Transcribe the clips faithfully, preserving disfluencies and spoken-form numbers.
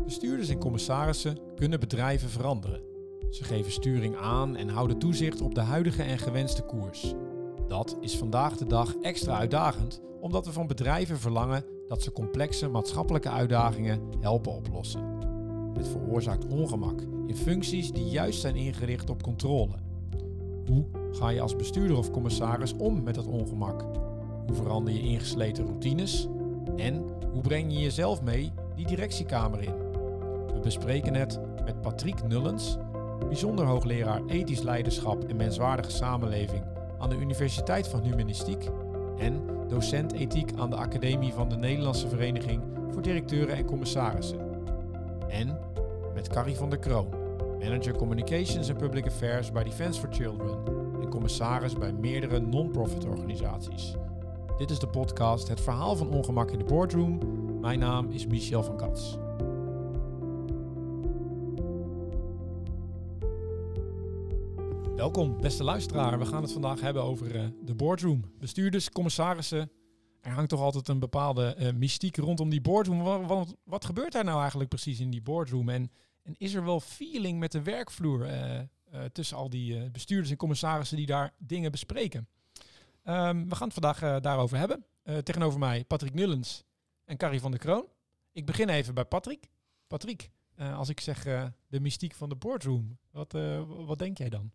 Bestuurders en commissarissen kunnen bedrijven veranderen. Ze geven sturing aan en houden toezicht op de huidige en gewenste koers. Dat is vandaag de dag extra uitdagend, omdat we van bedrijven verlangen dat ze complexe maatschappelijke uitdagingen helpen oplossen. Het veroorzaakt ongemak in functies die juist zijn ingericht op controle. Hoe ga je als bestuurder of commissaris om met dat ongemak? Hoe verander je ingesleten routines? En hoe breng je jezelf mee die directiekamer in? We bespreken het met Patrick Nullens, bijzonder hoogleraar ethisch leiderschap en menswaardige samenleving aan de Universiteit van Humanistiek en docent ethiek aan de Academie van de Nederlandse Vereniging voor Directeuren en Commissarissen. En met Carrie van der Kroon, manager Communications and Public Affairs bij Defence for Children en commissaris bij meerdere non-profit organisaties. Dit is de podcast Het Verhaal van Ongemak in de Boardroom. Mijn naam is Michel van Kats. Welkom, beste luisteraar. We gaan het vandaag hebben over uh, de boardroom. Bestuurders, commissarissen. Er hangt toch altijd een bepaalde uh, mystiek rondom die boardroom. Wat, wat, wat gebeurt daar nou eigenlijk precies in die boardroom? En, en is er wel feeling met de werkvloer uh, uh, tussen al die uh, bestuurders en commissarissen die daar dingen bespreken? Um, we gaan het vandaag uh, daarover hebben. Uh, tegenover mij Patrick Nullens en Carrie van der Kroon. Ik begin even bij Patrick. Patrick, uh, als ik zeg uh, de mystiek van de boardroom, wat, uh, wat denk jij dan?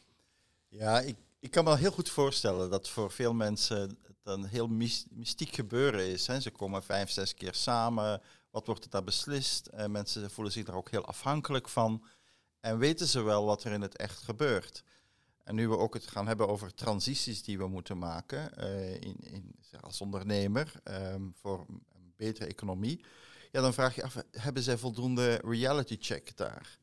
Ja, ik, ik kan me wel heel goed voorstellen dat voor veel mensen het een heel mystiek gebeuren is. Hè. Ze komen vijf, zes keer samen. Wat wordt er daar beslist? En mensen voelen zich daar ook heel afhankelijk van. En weten ze wel wat er in het echt gebeurt. En nu we ook het gaan hebben over transities die we moeten maken uh, in, in, als ondernemer um, voor een betere economie. Ja, dan vraag je af, hebben zij voldoende reality check daar?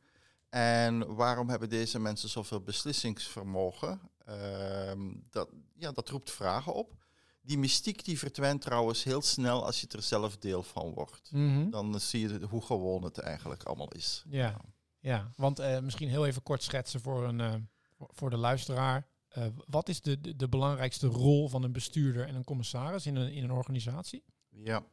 En waarom hebben deze mensen zoveel beslissingsvermogen? Uh, dat, ja, dat roept vragen op. Die mystiek die verdwijnt trouwens heel snel als je er zelf deel van wordt. Mm-hmm. Dan zie je hoe gewoon het eigenlijk allemaal is. Ja, ja. ja want uh, misschien heel even kort schetsen voor, een, uh, voor de luisteraar. Uh, wat is de, de, de belangrijkste rol van een bestuurder en een commissaris in een, in een organisatie? Ja.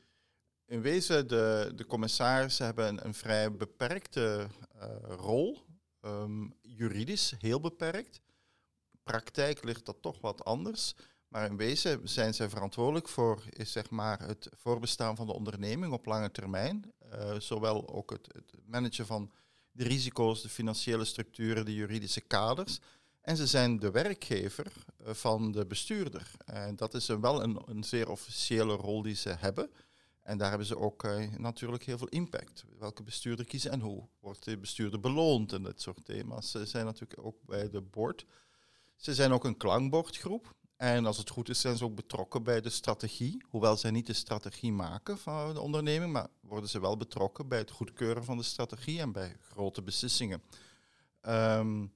In wezen, de, de commissarissen hebben een, een vrij beperkte uh, rol. Um, juridisch heel beperkt. Praktijk ligt dat toch wat anders. Maar in wezen zijn zij verantwoordelijk voor is, zeg maar, het voorbestaan van de onderneming op lange termijn. Uh, zowel ook het, het managen van de risico's, de financiële structuren, de juridische kaders. En ze zijn de werkgever uh, van de bestuurder. En dat is een, wel een, een zeer officiële rol die ze hebben. En daar hebben ze ook uh, natuurlijk heel veel impact. Welke bestuurder kiezen en hoe wordt de bestuurder beloond en dat soort thema's. Ze zijn natuurlijk ook bij de board. Ze zijn ook een klankbordgroep. En als het goed is, zijn ze ook betrokken bij de strategie. Hoewel zij niet de strategie maken van de onderneming, maar worden ze wel betrokken bij het goedkeuren van de strategie en bij grote beslissingen. Um,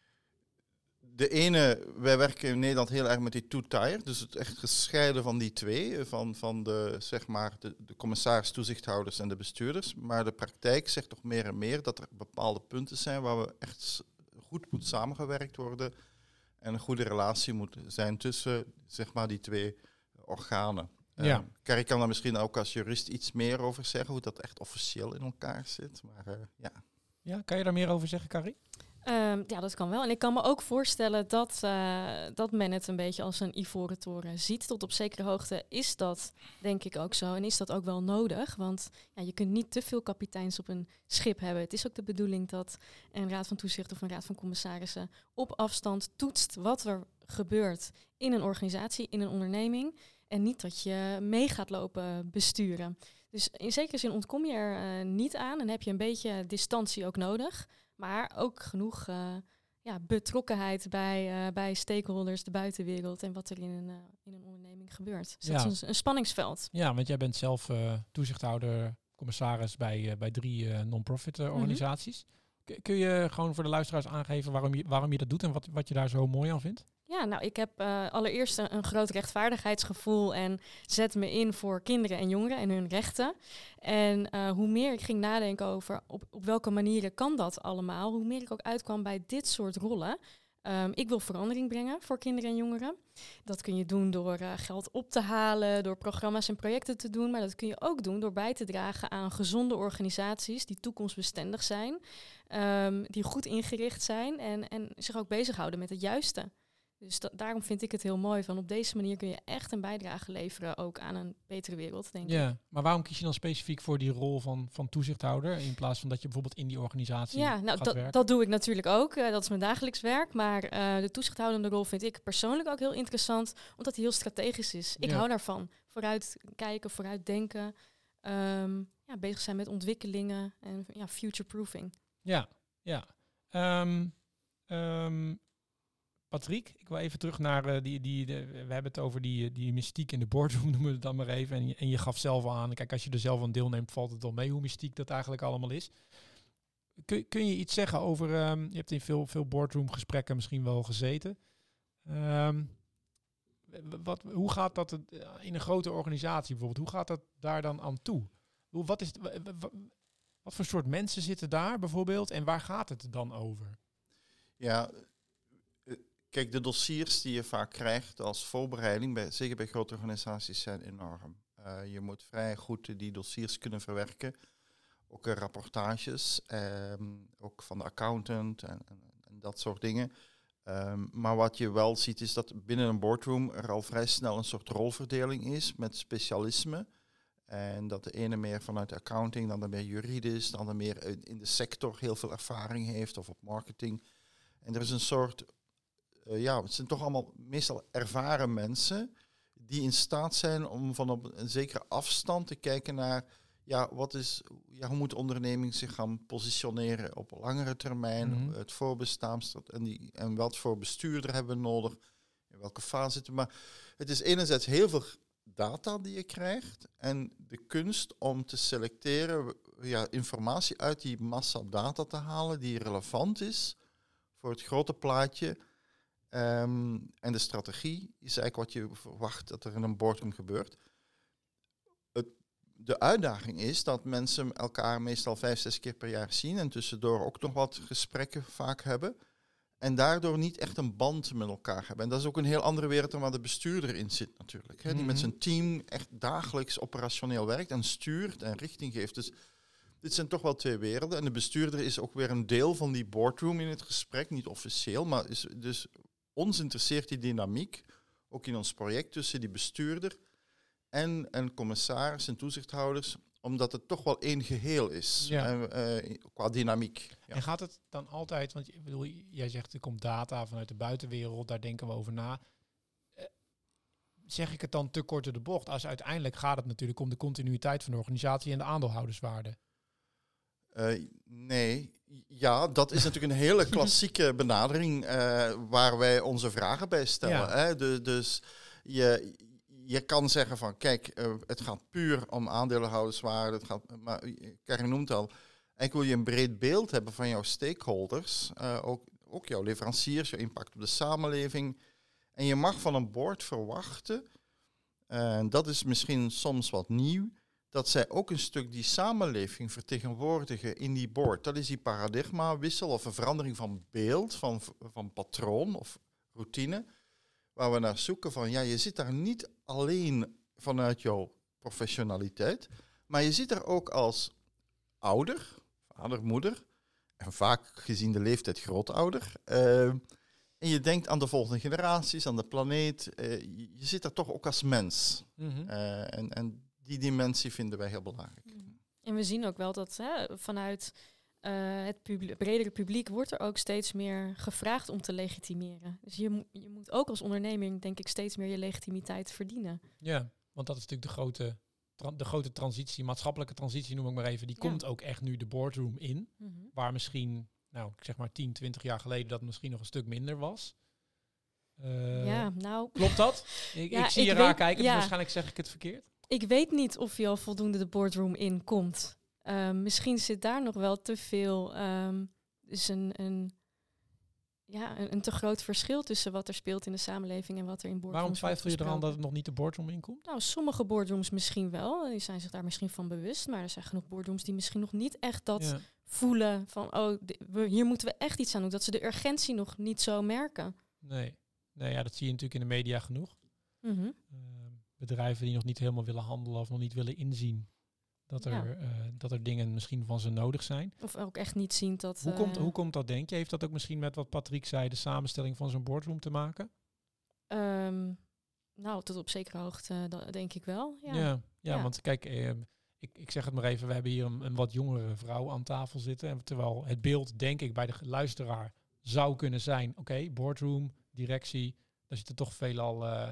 De ene, wij werken in Nederland heel erg met die two-tier, dus het echt gescheiden van die twee, van, van de, zeg maar, de, de commissaris, toezichthouders en de bestuurders. Maar de praktijk zegt toch meer en meer dat er bepaalde punten zijn waar we echt goed moet samengewerkt worden en een goede relatie moet zijn tussen, zeg maar, die twee organen. Ja. Uh, Carrie kan daar misschien ook als jurist iets meer over zeggen, hoe dat echt officieel in elkaar zit. Maar uh, ja. Ja, kan je daar meer over zeggen, Carrie? Um, ja, dat kan wel. En ik kan me ook voorstellen dat, uh, dat men het een beetje als een ivoren toren ziet. Tot op zekere hoogte is dat denk ik ook zo. En is dat ook wel nodig. Want ja, je kunt niet te veel kapiteins op een schip hebben. Het is ook de bedoeling dat een raad van toezicht of een raad van commissarissen op afstand toetst wat er gebeurt in een organisatie, in een onderneming. En niet dat je mee gaat lopen besturen. Dus in zekere zin ontkom je er uh, niet aan en heb je een beetje distantie ook nodig. Maar ook genoeg uh, ja, betrokkenheid bij, uh, bij stakeholders, de buitenwereld en wat er in een, uh, in een onderneming gebeurt. Dus ja. Dat is een, een spanningsveld. Ja, want jij bent zelf uh, toezichthouder, commissaris bij, uh, bij drie uh, non-profit uh, organisaties. Mm-hmm. K- kun je gewoon voor de luisteraars aangeven waarom je, waarom je dat doet en wat, wat je daar zo mooi aan vindt? Ja, nou, ik heb uh, allereerst een, een groot rechtvaardigheidsgevoel en zet me in voor kinderen en jongeren en hun rechten. En uh, hoe meer ik ging nadenken over op, op welke manieren kan dat allemaal, hoe meer ik ook uitkwam bij dit soort rollen. Um, ik wil verandering brengen voor kinderen en jongeren. Dat kun je doen door uh, geld op te halen, door programma's en projecten te doen. Maar dat kun je ook doen door bij te dragen aan gezonde organisaties die toekomstbestendig zijn. Um, die goed ingericht zijn en, en zich ook bezighouden met het juiste. Dus da- daarom vind ik het heel mooi. Van op deze manier kun je echt een bijdrage leveren ook aan een betere wereld, denk Ja, ik. maar waarom kies je dan specifiek voor die rol van, van toezichthouder in plaats van dat je bijvoorbeeld in die organisatie Ja, nou, gaat dat, werken? dat doe ik natuurlijk ook. Uh, dat is mijn dagelijks werk. Maar uh, de toezichthoudende rol vind ik persoonlijk ook heel interessant, omdat die heel strategisch is. Ik Ja. hou daarvan. Vooruit kijken, vooruit denken. Um, ja, bezig zijn met ontwikkelingen en ja, future-proofing. Ja, ja. Um, um, Patrick, ik wil even terug naar uh, die, die de, we hebben het over die, die mystiek in de boardroom, noemen we het dan maar even. En je, en je gaf zelf al aan, kijk, als je er zelf aan deelneemt, valt het wel mee hoe mystiek dat eigenlijk allemaal is. Kun, kun je iets zeggen over, um, je hebt in veel, veel boardroom gesprekken misschien wel gezeten. Um, wat, hoe gaat dat het, in een grote organisatie bijvoorbeeld, hoe gaat dat daar dan aan toe? Hoe, wat, is, w, w, wat voor soort mensen zitten daar bijvoorbeeld en waar gaat het dan over? Ja, kijk, de dossiers die je vaak krijgt als voorbereiding, bij, zeker bij grote organisaties, zijn enorm. Uh, je moet vrij goed die dossiers kunnen verwerken. Ook uh, rapportages, um, ook van de accountant en, en, en dat soort dingen. Um, maar wat je wel ziet is dat binnen een boardroom er al vrij snel een soort rolverdeling is met specialisme. En dat de ene meer vanuit de accounting, dan de meer juridisch, dan de meer in de sector heel veel ervaring heeft of op marketing. En er is een soort, uh, ja, het zijn toch allemaal meestal ervaren mensen die in staat zijn om van op een zekere afstand te kijken naar, ja, wat is, ja, hoe moet de onderneming zich gaan positioneren op langere termijn, mm-hmm. het voorbestaan en, die, en wat voor bestuurder hebben we nodig, in welke fase zitten. Maar het is enerzijds heel veel data die je krijgt en de kunst om te selecteren, ja, informatie uit die massa data te halen die relevant is voor het grote plaatje. Um, en de strategie is eigenlijk wat je verwacht dat er in een boardroom gebeurt. Het, de uitdaging is dat mensen elkaar meestal vijf, zes keer per jaar zien en tussendoor ook nog wat gesprekken vaak hebben. En daardoor niet echt een band met elkaar hebben. En dat is ook een heel andere wereld dan waar de bestuurder in zit natuurlijk. Hè, die mm-hmm. met zijn team echt dagelijks operationeel werkt en stuurt en richting geeft. Dus dit zijn toch wel twee werelden. En de bestuurder is ook weer een deel van die boardroom in het gesprek. Niet officieel, maar is dus ons interesseert die dynamiek. Ook in ons project tussen die bestuurder en een commissaris en toezichthouders. Omdat het toch wel één geheel is, ja. uh, uh, qua dynamiek. Ja. En gaat het dan altijd, want ik bedoel, jij zegt er komt data vanuit de buitenwereld, daar denken we over na. Uh, zeg ik het dan te kort door de bocht? Als uiteindelijk gaat het natuurlijk om de continuïteit van de organisatie en de aandeelhouderswaarde. Uh, nee, ja, dat is natuurlijk een hele klassieke benadering uh, waar wij onze vragen bij stellen. Ja. Hè? De, dus je... Je kan zeggen van, kijk, uh, het gaat puur om aandeelhouderswaarde. Het gaat, maar Karin noemt al, eigenlijk wil je een breed beeld hebben van jouw stakeholders. Uh, ook, ook jouw leveranciers, jouw impact op de samenleving. En je mag van een board verwachten, en uh, dat is misschien soms wat nieuw, dat zij ook een stuk die samenleving vertegenwoordigen in die board. Dat is die paradigmawissel of een verandering van beeld, van, van patroon of routine. Waar we naar zoeken van, ja, je zit daar niet alleen vanuit jouw professionaliteit, maar je zit daar ook als ouder, vader, moeder, en vaak gezien de leeftijd grootouder. Uh, en je denkt aan de volgende generaties, aan de planeet. Uh, je, je zit daar toch ook als mens. Mm-hmm. Uh, en, en die dimensie vinden wij heel belangrijk. En we zien ook wel dat hè, vanuit Uh, het publiek, bredere publiek wordt er ook steeds meer gevraagd om te legitimeren. Dus je, mo- je moet ook als onderneming, denk ik, steeds meer je legitimiteit verdienen. Ja, want dat is natuurlijk de grote, tra- de grote transitie, maatschappelijke transitie noem ik maar even. Die ja. komt ook echt nu de boardroom in. Mm-hmm. Waar misschien, nou, ik zeg maar tien, twintig jaar geleden dat misschien nog een stuk minder was. Uh, ja, nou... Klopt dat? Ik, ja, ik zie ik je raar weet, kijken, ja. dus waarschijnlijk zeg ik het verkeerd. Ik weet niet of je al voldoende de boardroom in komt. Uh, misschien zit daar nog wel te veel, um, dus een, een, ja, een, een te groot verschil tussen wat er speelt in de samenleving en wat er in boardrooms. Waarom twijfel je eraan dat het nog niet de boardroom inkomt? Nou, sommige boardrooms misschien wel. Die zijn zich daar misschien van bewust. Maar er zijn genoeg boardrooms die misschien nog niet echt dat ja. voelen van, oh, di- we, hier moeten we echt iets aan doen. Dat ze de urgentie nog niet zo merken. Nee. nee, ja, dat zie je natuurlijk in de media genoeg. Mhm. Uh, bedrijven die nog niet helemaal willen handelen of nog niet willen inzien dat er, Ja. uh, dat er dingen misschien van ze nodig zijn. Of ook echt niet zien dat... Hoe, uh, komt, hoe komt dat, denk je? Heeft dat ook misschien met wat Patrick zei, de samenstelling van zo'n boardroom te maken? Um, nou, tot op zekere hoogte dat denk ik wel. Ja, ja, ja, Ja. want kijk, eh, ik, ik zeg het maar even, we hebben hier een, een wat jongere vrouw aan tafel zitten. En terwijl het beeld, denk ik, bij de luisteraar zou kunnen zijn, oké, okay, boardroom, directie, daar zitten toch veelal uh,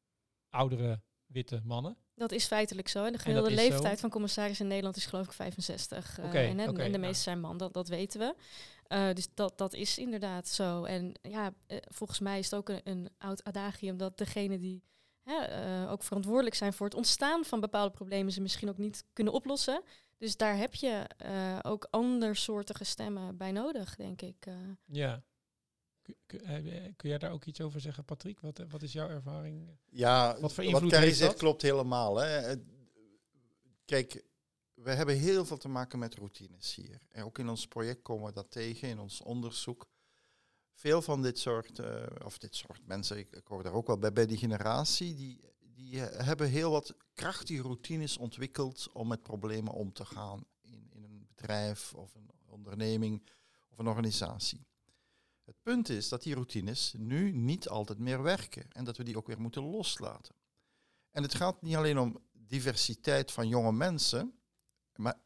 oudere witte mannen. Dat is feitelijk zo. En de gemiddelde is leeftijd zo? van commissaris in Nederland is geloof ik vijfenzestig. Uh, Okay, en, okay, en de nou. meeste zijn man, dat, dat weten we. Uh, dus dat, dat is inderdaad zo. En ja, uh, volgens mij is het ook een, een oud adagium dat degene die hè, uh, ook verantwoordelijk zijn voor het ontstaan van bepaalde problemen ze misschien ook niet kunnen oplossen. Dus daar heb je uh, ook andersoortige stemmen bij nodig, denk ik. Uh. Ja. Kun, kun, kun jij daar ook iets over zeggen, Patrick? Wat, wat is jouw ervaring? Ja, wat voor wat invloed Carrie heeft zegt dat? klopt helemaal. Hè. Kijk, we hebben heel veel te maken met routines hier. En ook in ons project komen we dat tegen, in ons onderzoek. Veel van dit soort, uh, of dit soort mensen, ik, ik hoor daar ook wel bij, bij die generatie, die, die hebben heel wat krachtige routines ontwikkeld om met problemen om te gaan in, in een bedrijf of een onderneming of een organisatie. Het punt is dat die routines nu niet altijd meer werken en dat we die ook weer moeten loslaten. En het gaat niet alleen om diversiteit van jonge mensen, maar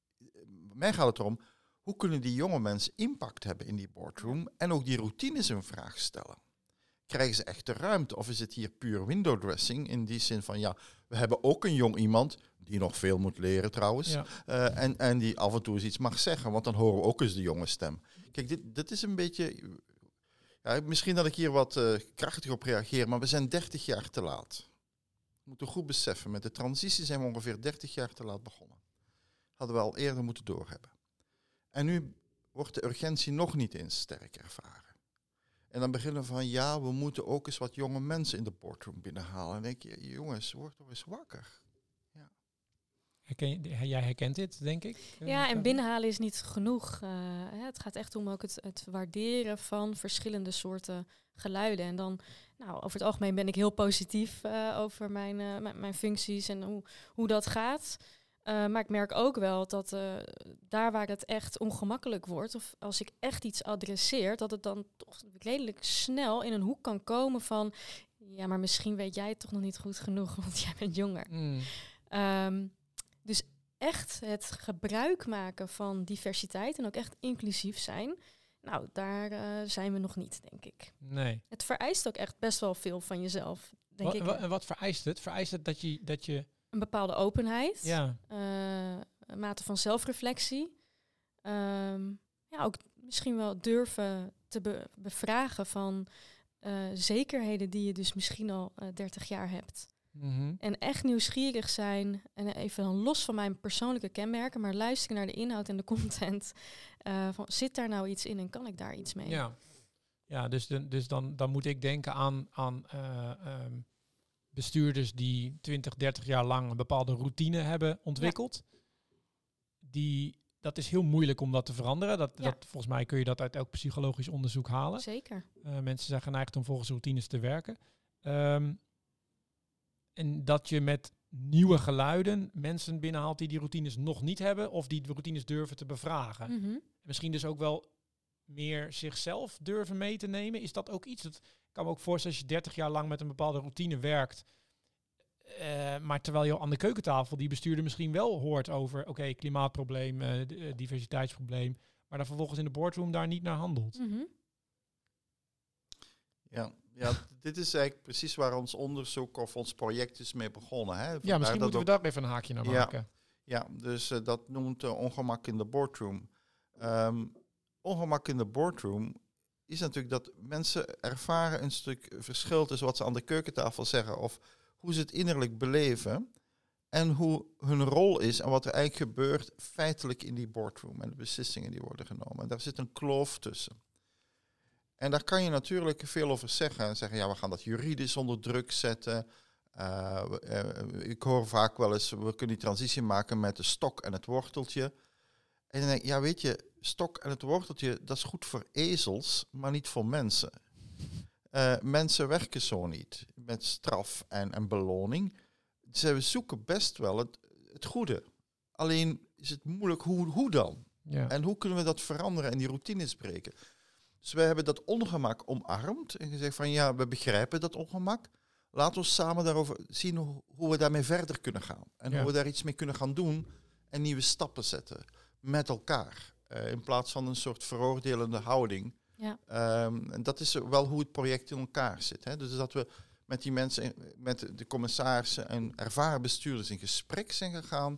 mij gaat het erom, hoe kunnen die jonge mensen impact hebben in die boardroom en ook die routines in vraag stellen? Krijgen ze echt de ruimte of is het hier puur window dressing in die zin van ja, we hebben ook een jong iemand die nog veel moet leren trouwens Ja. uh, en, en die af en toe eens iets mag zeggen, want dan horen we ook eens de jonge stem. Kijk, dit, dit is een beetje, ja, misschien dat ik hier wat uh, krachtig op reageer, maar we zijn dertig jaar te laat. We moeten goed beseffen, met de transitie zijn we ongeveer dertig jaar te laat begonnen. Hadden we al eerder moeten doorhebben. En nu wordt de urgentie nog niet eens sterk ervaren. En dan beginnen we van, ja, we moeten ook eens wat jonge mensen in de boardroom binnenhalen. En dan denk je, jongens, word toch eens wakker. Ja. Herken je, jij herkent dit, denk ik? Ja, en binnenhalen is niet genoeg. Uh, hè, het gaat echt om ook het, het waarderen van verschillende soorten geluiden. En dan, nou, over het algemeen ben ik heel positief uh, over mijn, uh, mijn, mijn functies en hoe, hoe dat gaat. Uh, maar ik merk ook wel dat uh, daar waar het echt ongemakkelijk wordt, of als ik echt iets adresseer, dat het dan toch redelijk snel in een hoek kan komen van, ja, maar misschien weet jij het toch nog niet goed genoeg, want jij bent jonger. Mm. Um, dus echt het gebruik maken van diversiteit en ook echt inclusief zijn, nou, daar uh, zijn we nog niet, denk ik. Nee. Het vereist ook echt best wel veel van jezelf, denk Wa- ik. wa- en wat vereist het? Vereist het dat je... Dat je Een bepaalde openheid, ja. uh, een mate van zelfreflectie. Um, ja, ook misschien wel durven te be- bevragen van uh, zekerheden die je dus misschien al uh, dertig jaar hebt. Mm-hmm. En echt nieuwsgierig zijn en even dan los van mijn persoonlijke kenmerken, maar luisteren naar de inhoud en de content. Uh, van, zit daar nou iets in en kan ik daar iets mee? Ja, ja dus, de, dus dan, dan moet ik denken aan... aan uh, um, bestuurders die twintig, dertig jaar lang een bepaalde routine hebben ontwikkeld. Ja. Die, dat is heel moeilijk om dat te veranderen. Dat, Ja. dat, volgens mij kun je dat uit elk psychologisch onderzoek halen. Zeker. Uh, mensen zijn geneigd om volgens routines te werken. Um, en dat je met nieuwe geluiden mensen binnenhaalt die die routines nog niet hebben of die de routines durven te bevragen. Mm-hmm. Misschien dus ook wel meer zichzelf durven mee te nemen. Is dat ook iets? Dat ik kan me ook voorstellen als je dertig jaar lang met een bepaalde routine werkt. Uh, maar terwijl je aan de keukentafel die bestuurder misschien wel hoort over oké, okay, klimaatprobleem, uh, d- uh, diversiteitsprobleem. Maar dan vervolgens in de boardroom daar niet naar handelt. Mm-hmm. Ja, ja, dit is eigenlijk precies waar ons onderzoek of ons project is mee begonnen. Hè? Ja, misschien moeten we daar even een haakje naar maken. Ja, ja dus uh, dat noemt uh, ongemak in de boardroom. Um, ongemak in de boardroom is natuurlijk dat mensen ervaren een stuk verschil tussen wat ze aan de keukentafel zeggen of hoe ze het innerlijk beleven en hoe hun rol is en wat er eigenlijk gebeurt feitelijk in die boardroom en de beslissingen die worden genomen. En daar zit een kloof tussen. En daar kan je natuurlijk veel over zeggen. En zeggen, ja, we gaan dat juridisch onder druk zetten. Uh, uh, ik hoor vaak wel eens, we kunnen die transitie maken met de stok en het worteltje. En dan denk ik, ja, weet je, stok en het worteltje, dat is goed voor ezels, maar niet voor mensen. Uh, mensen werken zo niet, met straf en, en beloning. Ze zoeken best wel het, het goede. Alleen is het moeilijk, hoe, hoe dan? Ja. En hoe kunnen we dat veranderen en die routines breken? Dus wij hebben dat ongemak omarmd en gezegd van ja, we begrijpen dat ongemak. Laten we samen daarover zien hoe, hoe we daarmee verder kunnen gaan. En ja. hoe we daar iets mee kunnen gaan doen en nieuwe stappen zetten met elkaar. Uh, in plaats van een soort veroordelende houding. Ja. Um, en dat is wel hoe het project in elkaar zit. Hè? Dus dat we met die mensen, met de commissarissen en ervaren bestuurders in gesprek zijn gegaan.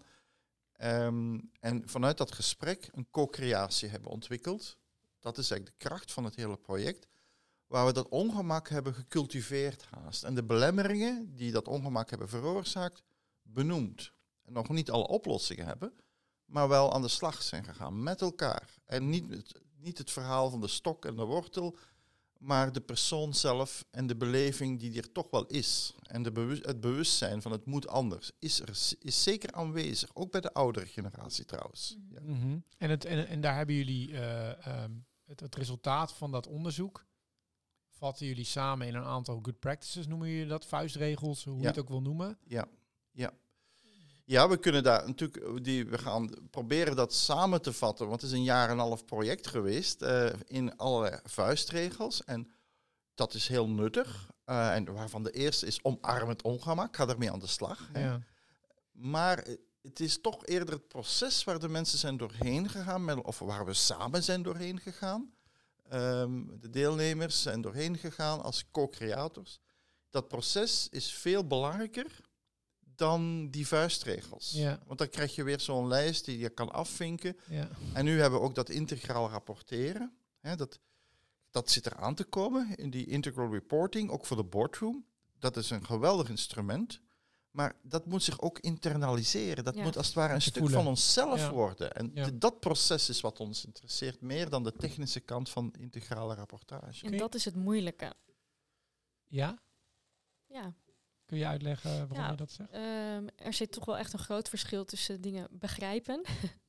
Um, en vanuit dat gesprek een co-creatie hebben ontwikkeld. Dat is eigenlijk de kracht van het hele project. Waar we dat ongemak hebben gecultiveerd haast. En de belemmeringen die dat ongemak hebben veroorzaakt, benoemd. En nog niet alle oplossingen hebben, maar wel aan de slag zijn gegaan met elkaar. En niet het, niet het verhaal van de stok en de wortel, maar de persoon zelf en de beleving die er toch wel is. En de bewust, het bewustzijn van het moet anders is, er, is zeker aanwezig. Ook bij de oudere generatie trouwens. Ja. Mm-hmm. En, het, en, en daar hebben jullie uh, um, het, het resultaat van dat onderzoek. Vatten jullie samen in een aantal good practices, noemen jullie dat? Vuistregels, hoe ja. je het ook wil noemen? Ja, ja. Ja, we kunnen daar natuurlijk, die, we gaan proberen dat samen te vatten, want het is een jaar en een half project geweest uh, in allerlei vuistregels. En dat is heel nuttig. Uh, en waarvan de eerste is omarm het ongemak, ga ermee aan de slag. Ja. Maar het is toch eerder het proces waar de mensen zijn doorheen gegaan, met, of waar we samen zijn doorheen gegaan. Um, de deelnemers zijn doorheen gegaan als co-creators. Dat proces is veel belangrijker dan die vuistregels. Ja. Want dan krijg je weer zo'n lijst die je kan afvinken. Ja. En nu hebben we ook dat integraal rapporteren. Hè, dat, dat zit er aan te komen in die integral reporting, ook voor de boardroom. Dat is een geweldig instrument. Maar dat moet zich ook internaliseren. Dat ja. moet als het ware een stuk voelen. van onszelf ja. worden. En ja. d- dat proces is wat ons interesseert, meer dan de technische kant van integrale rapportage. En okay. dat is het moeilijke. Ja? Ja. Kun je uitleggen waarom ja, je dat zegt? Um, er zit toch wel echt een groot verschil tussen dingen begrijpen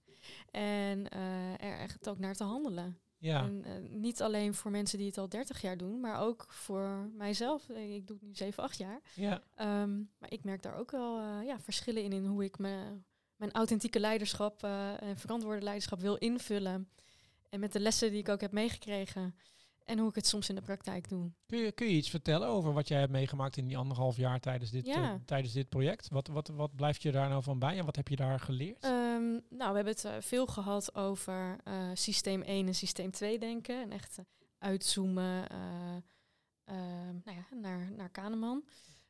en uh, er echt ook naar te handelen. Ja. En, uh, niet alleen voor mensen die het al dertig jaar doen, maar ook voor mijzelf. Ik doe het nu zeven, acht jaar. Ja. Um, maar ik merk daar ook wel uh, ja, verschillen in, in hoe ik me, mijn authentieke leiderschap uh, en verantwoorde leiderschap wil invullen. En met de lessen die ik ook heb meegekregen. En hoe ik het soms in de praktijk doe. Kun je, kun je iets vertellen over wat jij hebt meegemaakt in die anderhalf jaar tijdens dit, ja. uh, tijdens dit project? Wat, wat, wat blijft je daar nou van bij en wat heb je daar geleerd? Um, nou, we hebben het uh, veel gehad over uh, systeem één en systeem twee denken. En echt uh, uitzoomen uh, uh, nou ja, naar, naar Kahneman.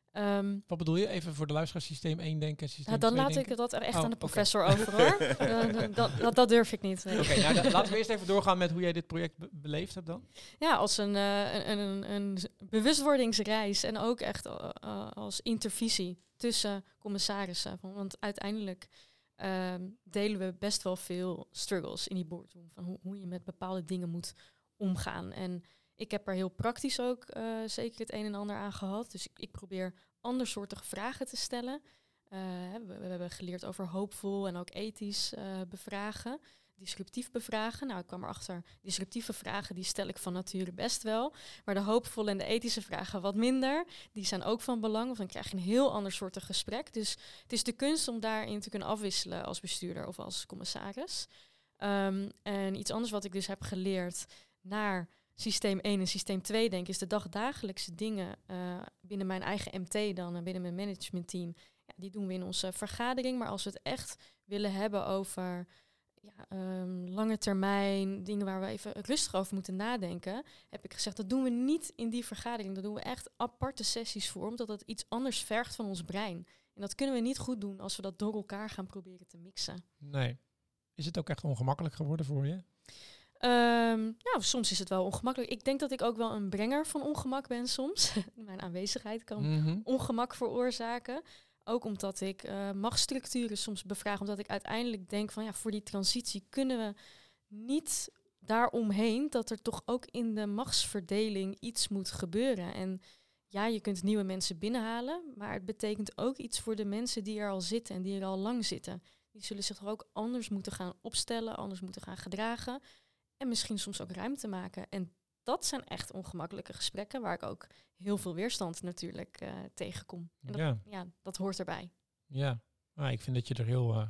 Um, Wat bedoel je? Even voor de luisteraar, systeem één denken, systeem nou, dan twee laat denken? ik dat er echt oh, aan de okay. professor over, hoor. uh, dat, dat, dat durf ik niet. Oké, okay, nou, da- laten we eerst even doorgaan met hoe jij dit project be- beleefd hebt dan. Ja, als een, uh, een, een, een bewustwordingsreis en ook echt uh, uh, als intervisie tussen commissarissen. Want uiteindelijk uh, delen we best wel veel struggles in die boardroom. Van hoe, hoe je met bepaalde dingen moet omgaan. En ik heb er heel praktisch ook uh, zeker het een en ander aan gehad. Dus ik, ik probeer andersoortige vragen te stellen. Uh, we, we hebben geleerd over hoopvol en ook ethisch uh, bevragen. Disruptief bevragen. Nou, ik kwam erachter, disruptieve vragen die stel ik van nature best wel. Maar de hoopvolle en de ethische vragen wat minder. Die zijn ook van belang, want dan krijg je een heel ander soort gesprek. Dus het is de kunst om daarin te kunnen afwisselen als bestuurder of als commissaris. Um, en iets anders wat ik dus heb geleerd naar systeem één en systeem twee denk is de dagdagelijkse dingen uh, binnen mijn eigen M T dan en binnen mijn managementteam. Ja, die doen we in onze vergadering. Maar als we het echt willen hebben over ja, um, lange termijn, dingen waar we even rustig over moeten nadenken, heb ik gezegd, dat doen we niet in die vergadering. Dat doen we echt aparte sessies voor, omdat dat iets anders vergt van ons brein. En dat kunnen we niet goed doen als we dat door elkaar gaan proberen te mixen. Nee. Is het ook echt ongemakkelijk geworden voor je? Um, nou, soms is het wel ongemakkelijk. Ik denk dat ik ook wel een brenger van ongemak ben soms. Mijn aanwezigheid kan mm-hmm. ongemak veroorzaken. Ook omdat ik uh, machtsstructuren soms bevraag. Omdat ik uiteindelijk denk van ja, voor die transitie kunnen we niet daaromheen dat er toch ook in de machtsverdeling iets moet gebeuren. En ja, je kunt nieuwe mensen binnenhalen, maar het betekent ook iets voor de mensen die er al zitten en die er al lang zitten. Die zullen zich toch ook anders moeten gaan opstellen, anders moeten gaan gedragen. En misschien soms ook ruimte maken. En dat zijn echt ongemakkelijke gesprekken waar ik ook heel veel weerstand natuurlijk uh, tegenkom. En dat, ja. ja, dat hoort erbij. Ja, maar ik vind dat je er heel... Uh,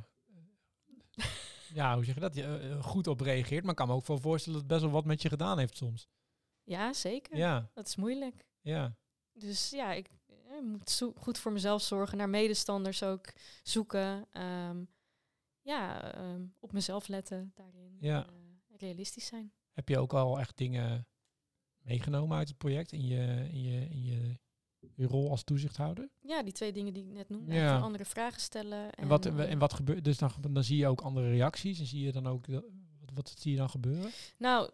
ja, hoe zeg je dat? Je, uh, goed op reageert. Maar ik kan me ook wel voorstellen dat het best wel wat met je gedaan heeft soms. Ja, zeker. Ja. Dat is moeilijk. Ja. Dus ja, ik, ik moet zo goed voor mezelf zorgen. Naar medestanders ook zoeken. Um, ja, um, op mezelf letten daarin. Ja. Uh, realistisch zijn. Heb je ook al echt dingen meegenomen uit het project in je, in je, in je, je rol als toezichthouder? Ja, die twee dingen die ik net noemde. Ja. Andere vragen stellen. En, en wat, en wat gebeurt? Dus dan, dan zie je ook andere reacties en zie je dan ook wat, wat zie je dan gebeuren? Nou,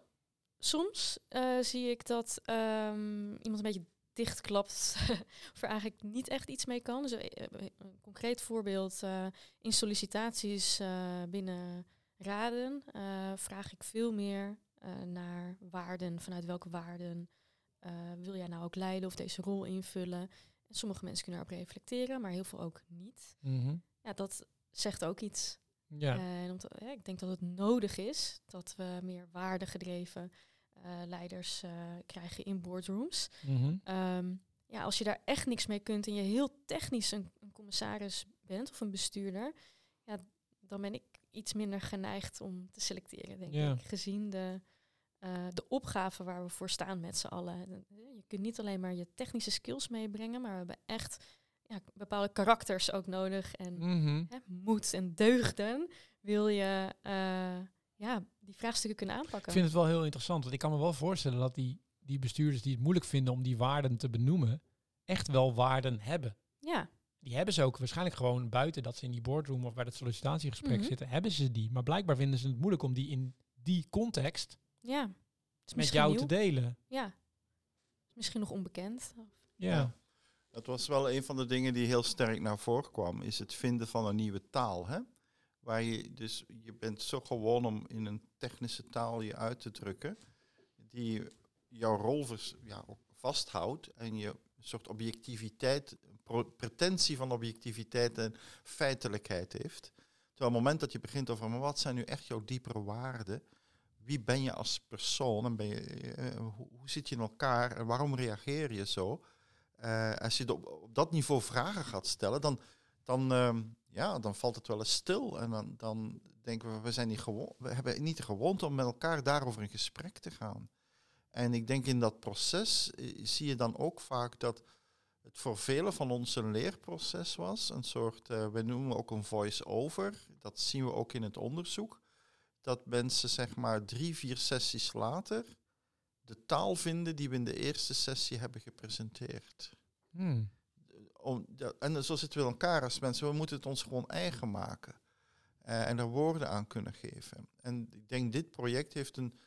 soms uh, zie ik dat um, iemand een beetje dichtklapt of er eigenlijk niet echt iets mee kan. Dus uh, een concreet voorbeeld, uh, in sollicitaties uh, binnen raden uh, vraag ik veel meer uh, naar waarden, vanuit welke waarden uh, wil jij nou ook leiden of deze rol invullen. En sommige mensen kunnen erop reflecteren, maar heel veel ook niet. Mm-hmm. Ja, dat zegt ook iets. Ja. Uh, en omdat, ja, ik denk dat het nodig is dat we meer waardegedreven uh, leiders uh, krijgen in boardrooms. Mm-hmm. Um, ja, als je daar echt niks mee kunt en je heel technisch een, een commissaris bent of een bestuurder, ja, dan ben ik iets minder geneigd om te selecteren, denk ja. ik. Gezien de, uh, de opgave waar we voor staan met z'n allen. Je kunt niet alleen maar je technische skills meebrengen, maar we hebben echt ja, bepaalde karakters ook nodig. En mm-hmm. hè, moed en deugden wil je uh, ja, die vraagstukken kunnen aanpakken. Ik vind het wel heel interessant, want ik kan me wel voorstellen dat die, die bestuurders die het moeilijk vinden om die waarden te benoemen, echt wel waarden hebben. Ja. Die hebben ze ook waarschijnlijk gewoon buiten dat ze in die boardroom of bij het sollicitatiegesprek mm-hmm. zitten, hebben ze die. Maar blijkbaar vinden ze het moeilijk om die in die context ja. met jou nieuw. te delen. Ja. Misschien nog onbekend. Ja. ja. Dat was wel een van de dingen die heel sterk naar voren kwam, is het vinden van een nieuwe taal. Hè? Waar je dus, je bent zo gewoon om in een technische taal je uit te drukken, die jouw rol vers, ja, ook vasthoudt en je een soort objectiviteit, pro, pretentie van objectiviteit en feitelijkheid heeft. Terwijl op het moment dat je begint over, maar wat zijn nu echt jouw diepere waarden? Wie ben je als persoon? En ben je, uh, hoe, hoe zit je in elkaar en waarom reageer je zo? Uh, als je op, op dat niveau vragen gaat stellen, dan, dan, uh, ja, dan valt het wel eens stil. En dan, dan denken we, we, zijn niet gewo- we hebben niet de gewoonte om met elkaar daarover in gesprek te gaan. En ik denk in dat proces uh, zie je dan ook vaak dat het voor velen van ons een leerproces was. Een soort, uh, we noemen ook een voice-over. Dat zien we ook in het onderzoek. Dat mensen zeg maar drie, vier sessies later de taal vinden die we in de eerste sessie hebben gepresenteerd. Hmm. Om, ja, en zo zitten we in elkaar als mensen. We moeten het ons gewoon eigen maken. Uh, en er woorden aan kunnen geven. En ik denk dit project heeft een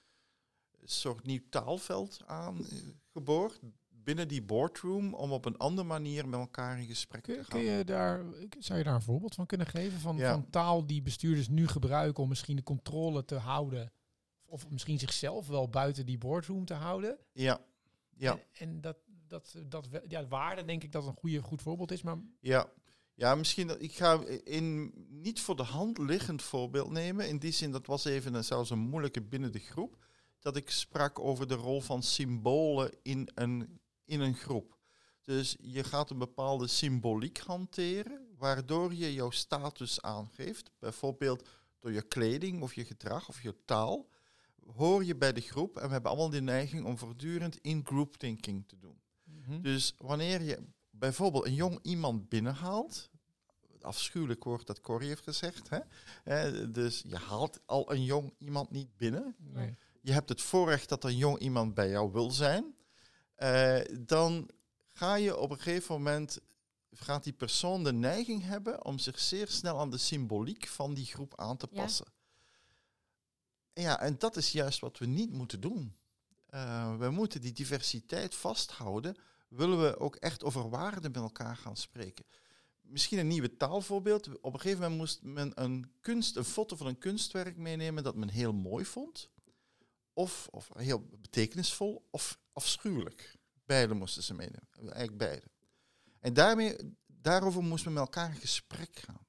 soort nieuw taalveld aangeboord binnen die boardroom om op een andere manier met elkaar in gesprek Kun, te gaan. kun je daar, zou je daar een voorbeeld van kunnen geven? Van, ja. van taal die bestuurders nu gebruiken om misschien de controle te houden? Of misschien zichzelf wel buiten die boardroom te houden? Ja. ja. En, en dat, dat, dat, ja, waarde denk ik dat een goede, goed voorbeeld is. Maar ja. Ja, misschien, ik ga een niet voor de hand liggend voorbeeld nemen. In die zin, dat was even een, zelfs een moeilijke binnen de groep. Dat ik sprak over de rol van symbolen in een, in een groep. Dus je gaat een bepaalde symboliek hanteren, waardoor je jouw status aangeeft. Bijvoorbeeld door je kleding of je gedrag of je taal. Hoor je bij de groep en we hebben allemaal de neiging om voortdurend in-group thinking te doen. mm-hmm. Dus wanneer je bijvoorbeeld een jong iemand binnenhaalt, afschuwelijk woord dat Corrie heeft gezegd, hè? Eh, dus je haalt al een jong iemand niet binnen. Nee. Je hebt het voorrecht dat een jong iemand bij jou wil zijn. Uh, dan ga je op een gegeven moment, gaat die persoon de neiging hebben om zich zeer snel aan de symboliek van die groep aan te passen. Ja, ja en dat is juist wat we niet moeten doen. Uh, we moeten die diversiteit vasthouden. Willen we ook echt over waarden met elkaar gaan spreken. Misschien een nieuwe taalvoorbeeld. Op een gegeven moment moest men een, kunst, een foto van een kunstwerk meenemen dat men heel mooi vond. Of, of heel betekenisvol of afschuwelijk. Beide moesten ze meenemen. Eigenlijk beide. En daarmee, daarover moesten we met elkaar in gesprek gaan.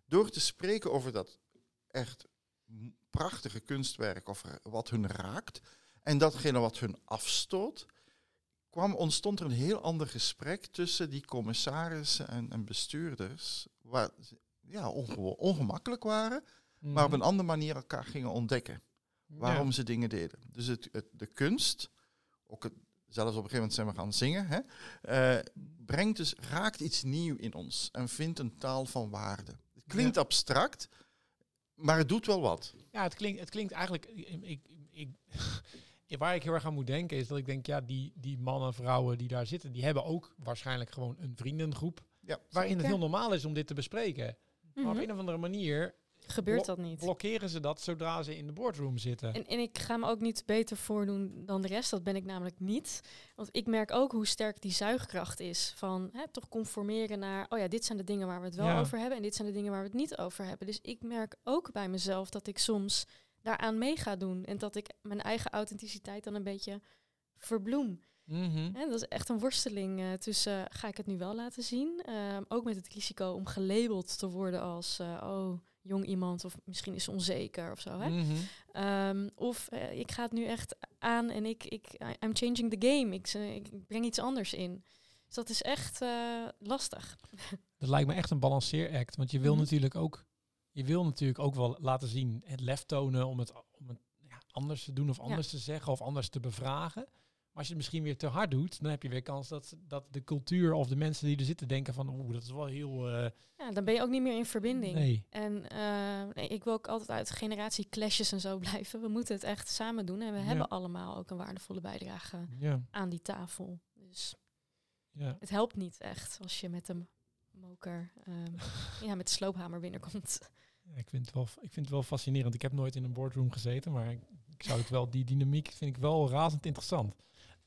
door te spreken over dat echt prachtige kunstwerk of wat hun raakt en datgene wat hun afstoot, kwam, ontstond er een heel ander gesprek tussen die commissarissen en, en bestuurders, waar ze ja, onge- ongemakkelijk waren, Mm-hmm. maar op een andere manier elkaar gingen ontdekken waarom Ja. ze dingen deden. Dus het, het, de kunst, ook het, zelfs op een gegeven moment zijn we gaan zingen, hè, uh, brengt dus, raakt iets nieuws in ons en vindt een taal van waarde. Het klinkt Ja. abstract, maar het doet wel wat. Ja, het klinkt, het klinkt eigenlijk... Ik, ik, ik, waar ik heel erg aan moet denken is dat ik denk, ja, die, die mannen, vrouwen die daar zitten, die hebben ook waarschijnlijk gewoon een vriendengroep Ja. waarin het Zeker. heel normaal is om dit te bespreken. Maar op Mhm. een of andere manier Gebeurt blo- dat niet. blokkeren ze dat zodra ze in de boardroom zitten. En, en ik ga me ook niet beter voordoen dan de rest. Dat ben ik namelijk niet. Want ik merk ook hoe sterk die zuigkracht is. Van hè, toch conformeren naar... oh ja, dit zijn de dingen waar we het wel Ja. over hebben... en dit zijn de dingen waar we het niet over hebben. Dus ik merk ook bij mezelf dat ik soms daaraan mee ga doen. En dat ik mijn eigen authenticiteit dan een beetje verbloem. Mhm. Hè, dat is echt een worsteling uh, tussen... Uh, ga ik het nu wel laten zien? Uh, ook met het risico om gelabeld te worden als... Uh, oh, jong iemand of misschien is ze onzeker of zo. Hè? Mhm. Um, of uh, ik ga het nu echt aan en ik, ik I'm changing the game. Ik, uh, ik breng iets anders in. Dus dat is echt uh, lastig. Dat lijkt me echt een balanceeract. Want je wil Mm-hmm. natuurlijk ook... Je wil natuurlijk ook wel laten zien, het lef tonen om het, om het ja, anders te doen of anders ja. te zeggen of anders te bevragen. Maar als je het misschien weer te hard doet, dan heb je weer kans dat, dat de cultuur of de mensen die er zitten denken van, oeh, dat is wel heel... Uh, ja, dan ben je ook niet meer in verbinding. Nee. En uh, nee, ik wil ook altijd uit generatie clashes en zo blijven. We moeten het echt samen doen en we ja. hebben allemaal ook een waardevolle bijdrage ja. aan die tafel. Dus ja. het helpt niet echt als je met een moker, um, ja, met de sloophamer binnenkomt. Ja, ik, vind het wel, ik vind het wel fascinerend. Ik heb nooit in een boardroom gezeten, maar ik, ik zou het wel, die dynamiek vind ik wel razend interessant.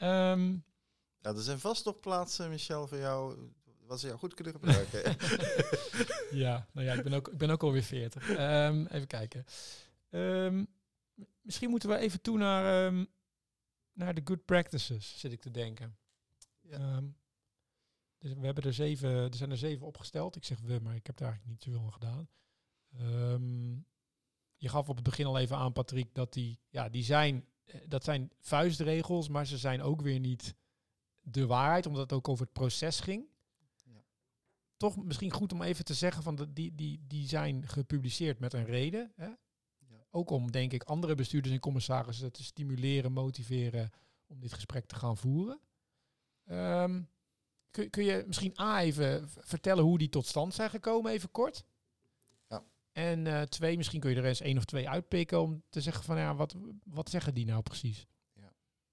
Um, ja, er zijn vast nog plaatsen, Michel, voor jou, wat ze jou goed kunnen gebruiken. ja, nou ja, ik ben ook, ik ben ook alweer veertig. Um, even kijken. Um, misschien moeten we even toe naar, um, naar de good practices, zit ik te denken. Ja. Um, dus we hebben er zeven, er zijn er zeven opgesteld. Ik zeg we, maar ik heb daar eigenlijk niet zoveel aan gedaan. Um, je gaf op het begin al even aan, Patrick, dat die, ja, die zijn, dat zijn vuistregels, maar ze zijn ook weer niet de waarheid, omdat het ook over het proces ging. Ja. Toch misschien goed om even te zeggen van de, die, die, die zijn gepubliceerd met een reden. Hè? Ja. Ook om, denk ik, andere bestuurders en commissarissen te stimuleren, motiveren om dit gesprek te gaan voeren. Um, kun, kun je misschien A even vertellen hoe die tot stand zijn gekomen, even kort? Ja. En uh, twee, misschien kun je er eens één of twee uitpikken om te zeggen van ja, wat, wat zeggen die nou precies? Ja.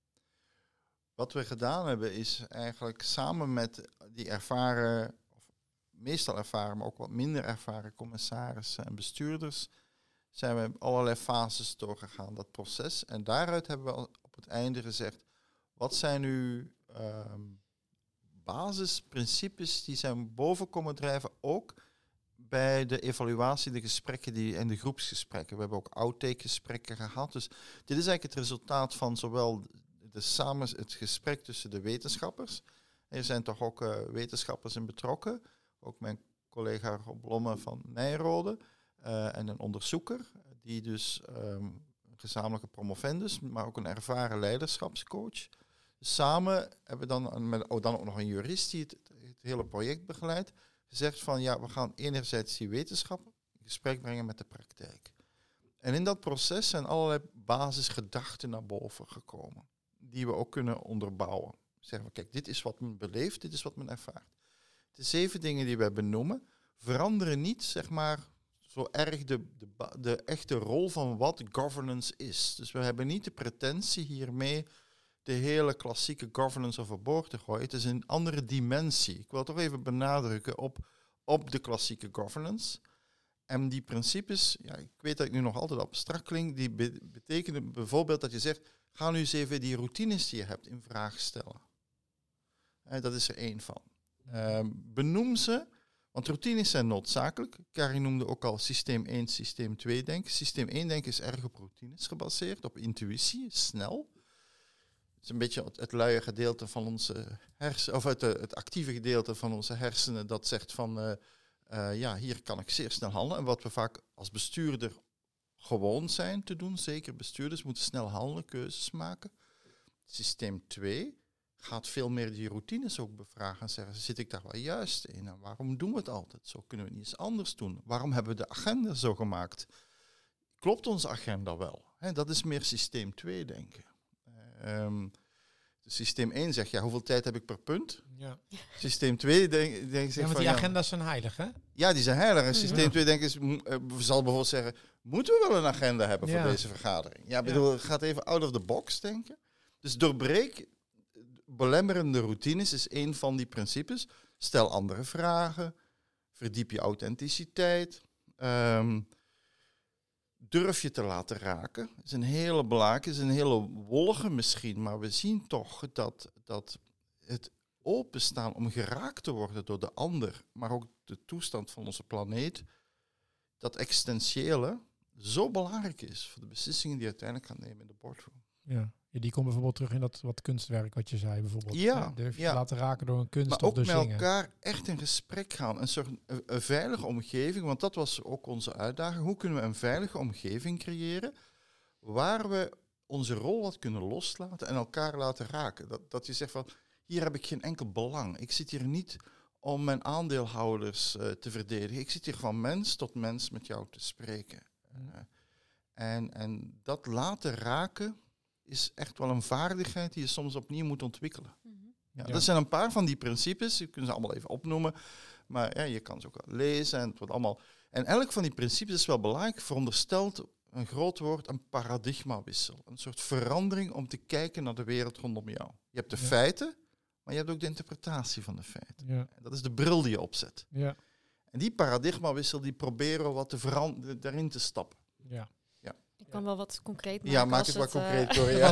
Wat we gedaan hebben is eigenlijk samen met die ervaren, of meestal ervaren, maar ook wat minder ervaren commissarissen en bestuurders, zijn we allerlei fases doorgegaan, dat proces. En daaruit hebben we op het einde gezegd, wat zijn nu um, basisprincipes die zijn boven komen drijven, ook bij de evaluatie, de gesprekken die, en de groepsgesprekken. We hebben ook outtake-gesprekken gehad. Dus dit is eigenlijk het resultaat van zowel de samen, het gesprek tussen de wetenschappers. Er zijn toch ook uh, wetenschappers in betrokken. Ook mijn collega Rob Blomme van Nijrode uh, en een onderzoeker, die dus um, een gezamenlijke promovendus, maar ook een ervaren leiderschapscoach. Samen hebben we dan, met, oh, dan ook nog een jurist die het, het hele project begeleidt, gezegd van ja, we gaan enerzijds die wetenschap in gesprek brengen met de praktijk. En in dat proces zijn allerlei basisgedachten naar boven gekomen, die we ook kunnen onderbouwen. Zeggen we, kijk, dit is wat men beleeft, dit is wat men ervaart. De zeven dingen die wij benoemen veranderen niet, zeg maar, zo erg de, de, de echte rol van wat governance is. Dus we hebben niet de pretentie hiermee de hele klassieke governance overboord te gooien. Het is een andere dimensie. Ik wil toch even benadrukken op, op de klassieke governance. En die principes, ja, ik weet dat ik nu nog altijd abstract klink, die be- betekenen bijvoorbeeld dat je zegt, ga nu eens even die routines die je hebt in vraag stellen. Eh, dat is er één van. Uh, benoem ze, want routines zijn noodzakelijk. Karin noemde ook al systeem één, systeem twee denken. Systeem één denken is erg op routines gebaseerd, op intuïtie, snel. Het is een beetje het, het luie gedeelte van onze hersenen, of het, het actieve gedeelte van onze hersenen dat zegt van uh, Uh, ja, hier kan ik zeer snel handelen. En wat we vaak als bestuurder gewoon zijn te doen, zeker bestuurders moeten snel handelen, keuzes maken. Systeem twee gaat veel meer die routines ook bevragen en zeggen, zit ik daar wel juist in? En waarom doen we het altijd zo? Kunnen we het niet eens anders doen? Waarom hebben we de agenda zo gemaakt? Klopt onze agenda wel? He, dat is meer systeem twee denken. Um, dus systeem één zegt, ja, hoeveel tijd heb ik per punt? Ja. Systeem twee denkt denk, ja, want van, die agenda's ja, zijn heilig, hè? Ja, die zijn heilig. En systeem ja. twee denk is, uh, zal bijvoorbeeld zeggen, moeten we wel een agenda hebben ja. voor deze vergadering? Ja, bedoel, het gaat even out of the box denken. Dus doorbreek belemmerende routines is één van die principes. Stel andere vragen, verdiep je authenticiteit, um, durf je te laten raken. Dat is een hele belangrijke, is een hele wollige misschien, maar we zien toch dat, dat het openstaan om geraakt te worden door de ander, maar ook de toestand van onze planeet, dat existentiële zo belangrijk is voor de beslissingen die je uiteindelijk gaat nemen in de boardroom. Ja. Ja, die komt bijvoorbeeld terug in dat wat kunstwerk wat je zei bijvoorbeeld. Ja, ja, durf je ja. te laten raken door een kunst maar of ook door met zingen. elkaar echt in gesprek gaan. Een soort een, een veilige omgeving, want dat was ook onze uitdaging. Hoe kunnen we een veilige omgeving creëren waar we onze rol wat kunnen loslaten en elkaar laten raken? Dat, dat je zegt van, hier heb ik geen enkel belang. Ik zit hier niet om mijn aandeelhouders uh, te verdedigen. Ik zit hier van mens tot mens met jou te spreken. Uh, en, en dat laten raken is echt wel een vaardigheid die je soms opnieuw moet ontwikkelen. Mm-hmm. Ja, ja. Dat zijn een paar van die principes, je kunt ze allemaal even opnoemen, maar ja, je kan ze ook wel lezen en het wordt allemaal. En elk van die principes is wel belangrijk, veronderstelt een groot woord, een paradigmawissel. Een soort verandering om te kijken naar de wereld rondom jou. Je hebt de ja. feiten, maar je hebt ook de interpretatie van de feiten. Ja. Dat is de bril die je opzet. Ja. En die paradigmawissel, die proberen we wat te veranderen, daarin te stappen. Ja. Ik kan wel wat concreet maken. Ja, maak het wat concreet, uh, Corrie. Ja.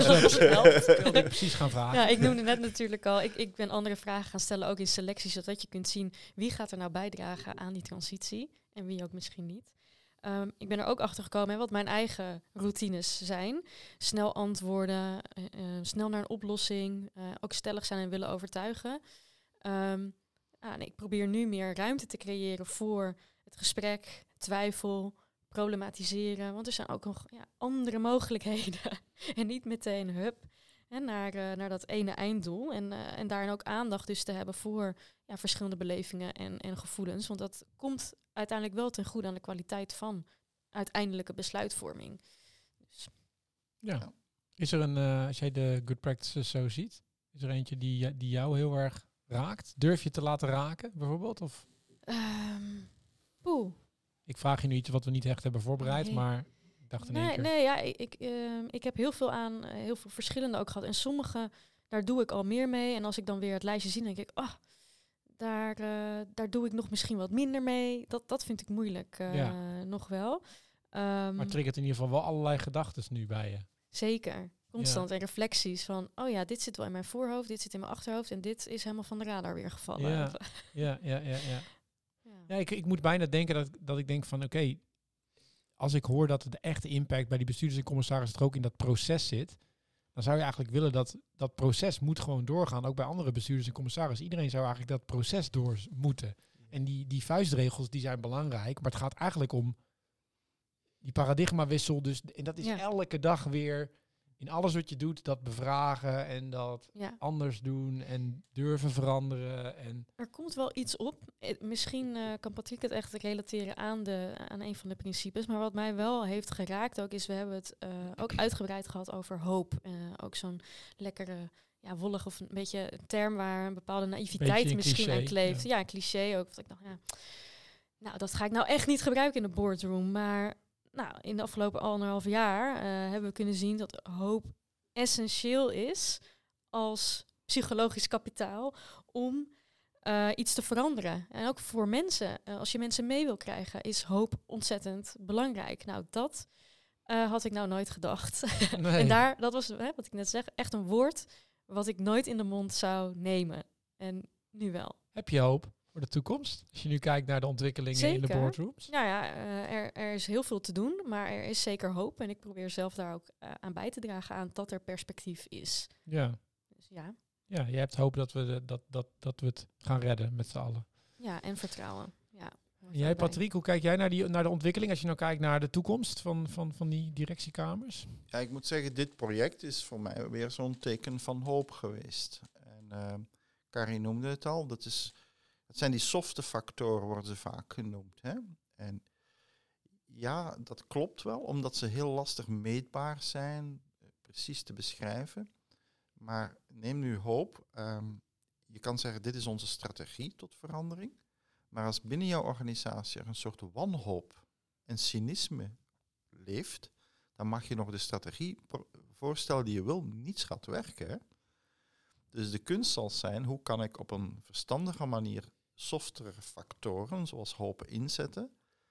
Ik wilde precies gaan vragen. Ja, ik noemde net natuurlijk al, ik, ik ben andere vragen gaan stellen, ook in selectie, zodat je kunt zien wie gaat er nou bijdragen aan die transitie en wie ook misschien niet. Um, ik ben er ook achter gekomen hè, wat mijn eigen routines zijn. Snel antwoorden, uh, uh, snel naar een oplossing, uh, ook stellig zijn en willen overtuigen. Um, ah, nee, ik probeer nu meer ruimte te creëren voor het gesprek, twijfel, problematiseren, want er zijn ook nog ja, andere mogelijkheden. En niet meteen hup hè, naar, uh, naar dat ene einddoel. En, uh, en daarin ook aandacht dus te hebben voor ja, verschillende belevingen en, en gevoelens. Want dat komt uiteindelijk wel ten goede aan de kwaliteit van uiteindelijke besluitvorming. Dus. Ja. Is er een, uh, als jij de good practices zo ziet, is er eentje die, die jou heel erg raakt? Durf je te laten raken, bijvoorbeeld? Of? Um, poeh. Ik vraag je nu iets wat we niet echt hebben voorbereid, nee. maar ik dacht in nee, één keer. Nee, ja, ik, uh, ik heb heel veel aan, uh, heel veel verschillende ook gehad. En sommige, daar doe ik al meer mee. En als ik dan weer het lijstje zie, denk ik, ah, oh, daar, uh, daar doe ik nog misschien wat minder mee. Dat, dat vind ik moeilijk uh, ja. nog wel. Um, maar het triggert in ieder geval wel allerlei gedachten nu bij je. Zeker. Constant. Ja. En reflecties van, oh ja, dit zit wel in mijn voorhoofd, dit zit in mijn achterhoofd en dit is helemaal van de radar weer gevallen. Ja, ja, ja, ja. ja. Ja, ik, ik moet bijna denken dat, dat ik denk van oké, okay, als ik hoor dat de echte impact bij die bestuurders en commissarissen er ook in dat proces zit, dan zou je eigenlijk willen dat dat proces moet gewoon doorgaan, ook bij andere bestuurders en commissarissen. Iedereen zou eigenlijk dat proces door moeten. En die, die vuistregels die zijn belangrijk, maar het gaat eigenlijk om die paradigmawissel. Dus, en dat is ja. elke dag weer in alles wat je doet, dat bevragen en dat ja. anders doen en durven veranderen. En er komt wel iets op. Eh, misschien uh, kan Patrick het echt relateren aan, de, aan een van de principes. Maar wat mij wel heeft geraakt ook, is we hebben het uh, ook uitgebreid gehad over hoop. Uh, ook zo'n lekkere, ja, wollig of een beetje een term waar een bepaalde naïviteit een misschien cliché, aan kleeft. Ja. ja, een cliché ook. Dat ik dacht, ja, nou, dat ga ik nou echt niet gebruiken in de boardroom. Maar nou, in de afgelopen anderhalf jaar uh, hebben we kunnen zien dat hoop essentieel is als psychologisch kapitaal om uh, iets te veranderen. En ook voor mensen, uh, als je mensen mee wil krijgen, is hoop ontzettend belangrijk. Nou, dat uh, had ik nou nooit gedacht. Nee. En daar, dat was hè, wat ik net zeg, echt een woord wat ik nooit in de mond zou nemen. En nu wel. Heb je hoop voor de toekomst? Als je nu kijkt naar de ontwikkelingen zeker. In de boardrooms. Nou ja, uh, er, er is heel veel te doen, maar er is zeker hoop. En ik probeer zelf daar ook uh, aan bij te dragen aan dat er perspectief is. Ja. Dus ja. Ja, je hebt hoop dat we, de, dat, dat, dat we het gaan redden met z'n allen. Ja, en vertrouwen. Ja, hoort Jij, daarbij. Patrick, hoe kijk jij naar, die, naar de ontwikkeling als je nou kijkt naar de toekomst van, van, van die directiekamers? Ja, ik moet zeggen, dit project is voor mij weer zo'n teken van hoop geweest. En uh, Karin noemde het al, dat, is, dat zijn die softe factoren, worden ze vaak genoemd. Hè? En ja, dat klopt wel, omdat ze heel lastig meetbaar zijn, precies te beschrijven. Maar neem nu hoop. Um, je kan zeggen, dit is onze strategie tot verandering. Maar als binnen jouw organisatie er een soort wanhoop en cynisme leeft, dan mag je nog de strategie voorstellen die je wil, niets gaat werken. Hè? Dus de kunst zal zijn, hoe kan ik op een verstandige manier softere factoren, zoals hoop, inzetten,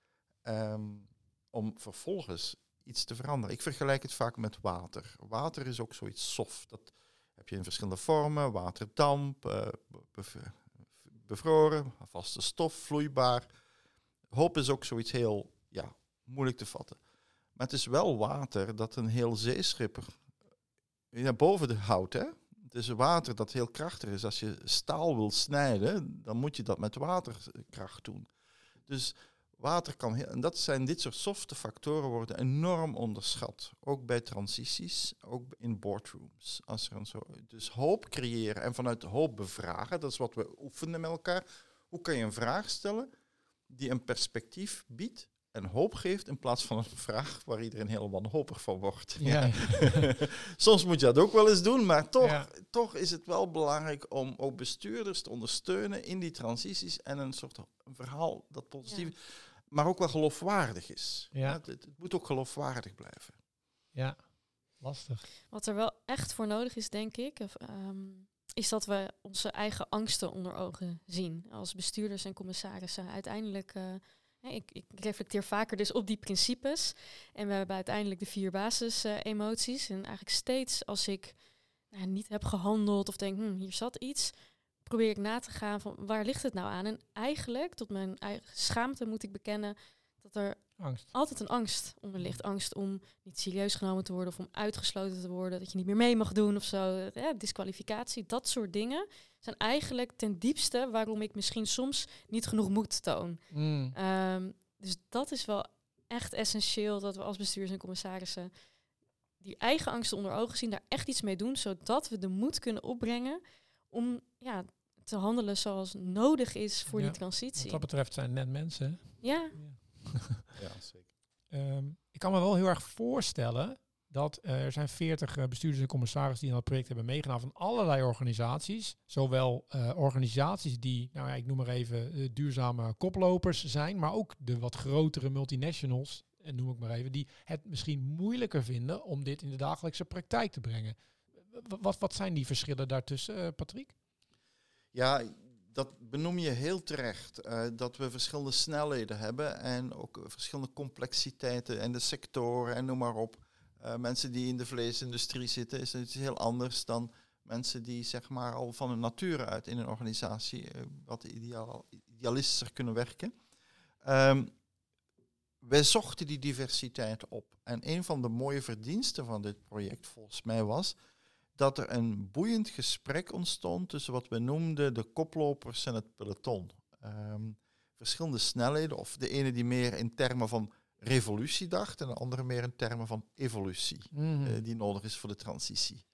um, om vervolgens iets te veranderen. Ik vergelijk het vaak met water. Water is ook zoiets soft. Dat heb je in verschillende vormen, waterdamp, uh, bev- bevroren, vaste stof, vloeibaar. Hoop is ook zoiets heel ja, moeilijk te vatten. Maar het is wel water dat een heel zeeschip naar boven houdt. Hè? Het is water dat heel krachtig is. Als je staal wil snijden, dan moet je dat met waterkracht doen. Dus water kan heel, en dat zijn dit soort softe factoren worden enorm onderschat. Ook bij transities, ook in boardrooms. Als er een zo, dus hoop creëren en vanuit hoop bevragen, dat is wat we oefenen met elkaar. Hoe kan je een vraag stellen die een perspectief biedt en hoop geeft in plaats van een vraag waar iedereen heel wanhopig van wordt. Ja. Soms moet je dat ook wel eens doen, maar toch, Ja. toch is het wel belangrijk om ook bestuurders te ondersteunen in die transities en een soort een verhaal dat positief is, ja. maar ook wel geloofwaardig is. Ja. Het, het moet ook geloofwaardig blijven. Ja, lastig. Wat er wel echt voor nodig is, denk ik, of, um, is dat we onze eigen angsten onder ogen zien. Als bestuurders en commissarissen uiteindelijk... Uh, Ik, ik reflecteer vaker dus op die principes. En we hebben uiteindelijk de vier basis-emoties. Uh, en eigenlijk steeds als ik nou, niet heb gehandeld of denk, hm, hier zat iets, probeer ik na te gaan van waar ligt het nou aan? En eigenlijk, tot mijn eigen schaamte moet ik bekennen, dat er Angst. altijd een angst onder ligt. Angst om niet serieus genomen te worden of om uitgesloten te worden, dat je niet meer mee mag doen of zo. Ja, disqualificatie, dat soort dingen zijn eigenlijk ten diepste waarom ik misschien soms niet genoeg moed toon. Mm. Um, dus dat is wel echt essentieel dat we als bestuurders en commissarissen die eigen angsten onder ogen zien, daar echt iets mee doen, zodat we de moed kunnen opbrengen om ja, te handelen zoals nodig is voor ja, die transitie. Wat dat betreft zijn het net mensen. Hè? Ja. Ja. Ja, zeker. Um, ik kan me wel heel erg voorstellen dat uh, er zijn veertig uh, bestuurders en commissarissen die aan het project hebben meegedaan van allerlei organisaties. Zowel uh, organisaties die, nou ja, ik noem maar even, uh, duurzame koplopers zijn, maar ook de wat grotere multinationals, en noem ik maar even, die het misschien moeilijker vinden om dit in de dagelijkse praktijk te brengen. W- wat, wat zijn die verschillen daartussen, uh, Patrick? Ja, dat benoem je heel terecht. Uh, dat we verschillende snelheden hebben en ook uh, verschillende complexiteiten en de sectoren en noem maar op. Uh, mensen die in de vleesindustrie zitten is iets heel anders dan mensen die zeg maar al van hun nature uit in een organisatie uh, wat ideaal, idealistischer kunnen werken. Um, wij zochten die diversiteit op. En een van de mooie verdiensten van dit project volgens mij was dat er een boeiend gesprek ontstond tussen wat we noemden de koplopers en het peloton. Um, verschillende snelheden, of de ene die meer in termen van revolutie dacht en de andere meer in termen van evolutie, mm-hmm. uh, die nodig is voor de transitie.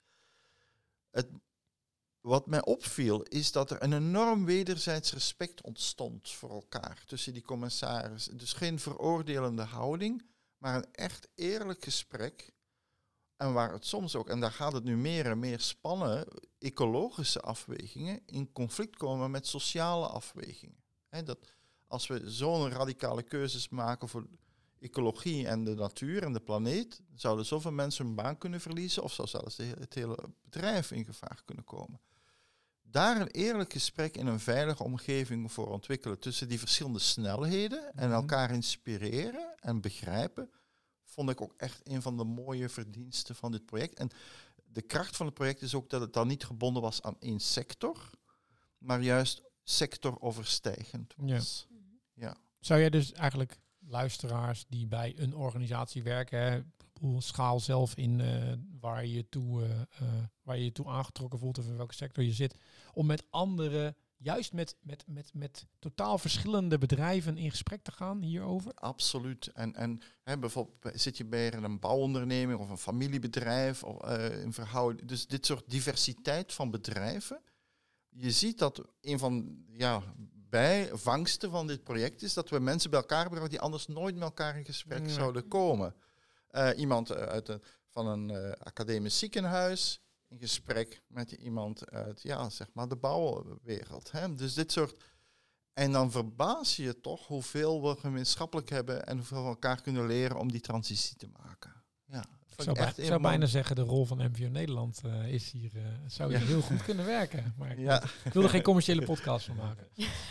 Het, wat mij opviel is dat er een enorm wederzijds respect ontstond voor elkaar tussen die commissarissen. Dus geen veroordelende houding, maar een echt eerlijk gesprek. En waar het soms ook, en daar gaat het nu meer en meer spannen, ecologische afwegingen in conflict komen met sociale afwegingen. He, dat als we zo'n radicale keuzes maken voor ecologie en de natuur en de planeet, zouden zoveel mensen hun baan kunnen verliezen of zou zelfs het hele bedrijf in gevaar kunnen komen. Daar een eerlijk gesprek in een veilige omgeving voor ontwikkelen tussen die verschillende snelheden en elkaar inspireren en begrijpen, vond ik ook echt een van de mooie verdiensten van dit project. En de kracht van het project is ook dat het dan niet gebonden was aan één sector, maar juist sectoroverstijgend was. Ja. Ja. Zou jij dus eigenlijk luisteraars die bij een organisatie werken, hè, schaal zelf in uh, waar, je toe, uh, uh, waar je je toe aangetrokken voelt of in welke sector je zit, om met andere juist met, met, met, met totaal verschillende bedrijven in gesprek te gaan hierover? Absoluut. En, en hè, bijvoorbeeld zit je bij een bouwonderneming of een familiebedrijf of uh, een verhouding. Dus dit soort diversiteit van bedrijven. Je ziet dat een van ja, bijvangsten van dit project is dat we mensen bij elkaar brengen die anders nooit met elkaar in gesprek Ja. zouden komen. Uh, iemand uit een, van een uh, academisch ziekenhuis in gesprek met iemand uit ja, zeg maar de bouwwereld. Hè? Dus dit soort... En dan verbaas je je toch hoeveel we gemeenschappelijk hebben en hoeveel we elkaar kunnen leren om die transitie te maken. Ja, Ik zou, bij, ik zou bijna zeggen, de rol van M V O Nederland uh, is hier, uh, zou hier heel goed kunnen werken. Maar ik, ja. ik wil er geen commerciële podcast van maken.